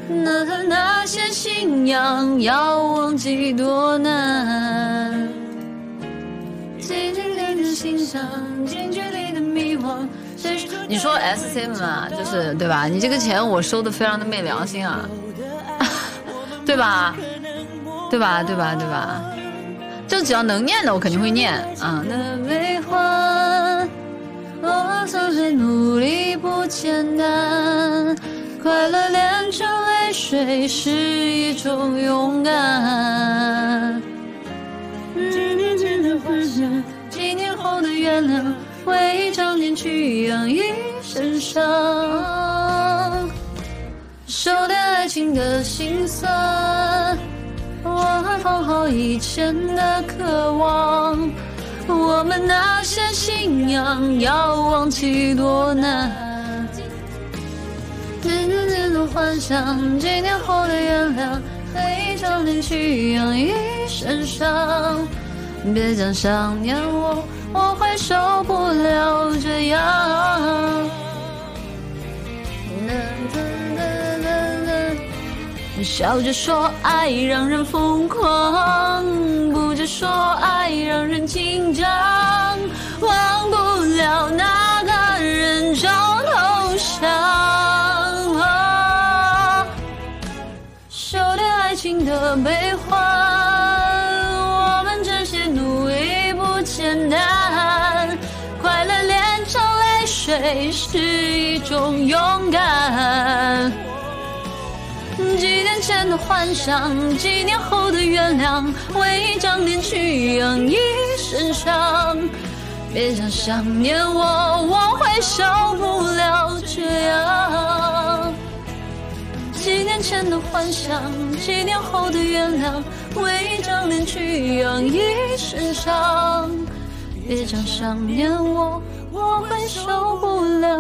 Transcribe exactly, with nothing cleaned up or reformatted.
那那些信仰要忘记多难。近距离的欣赏，近距离的迷惘。你说 S C 嘛，就是对吧？你这个钱我收的非常的昧良心啊，对吧？对吧？对吧？对吧？就只要能念的，我肯定会念啊。那悲欢，我曾经努力不简单，快乐炼成泪水是一种勇敢。几年后的原谅，为一张脸去养一身伤，受点爱情的心酸，我还放好以前的渴望。我们那些信仰要忘记多难，年年年的幻想，几年后的原谅，为一张脸去养一身伤。别讲想念我，我会受不了这样。笑着说爱让人疯狂，哭着说爱让人紧张，忘不了那个人找头香。啊，受点爱情的悲欢，我们这些努力不简单，快乐炼成泪水是一种勇敢。几年前的幻想，几年后的原谅，为一张脸去养一身伤。别想想念我，我会受不了这样。几年前的幻想，几年后的原谅，为一张脸去养一身伤。别讲想念我，我会受不了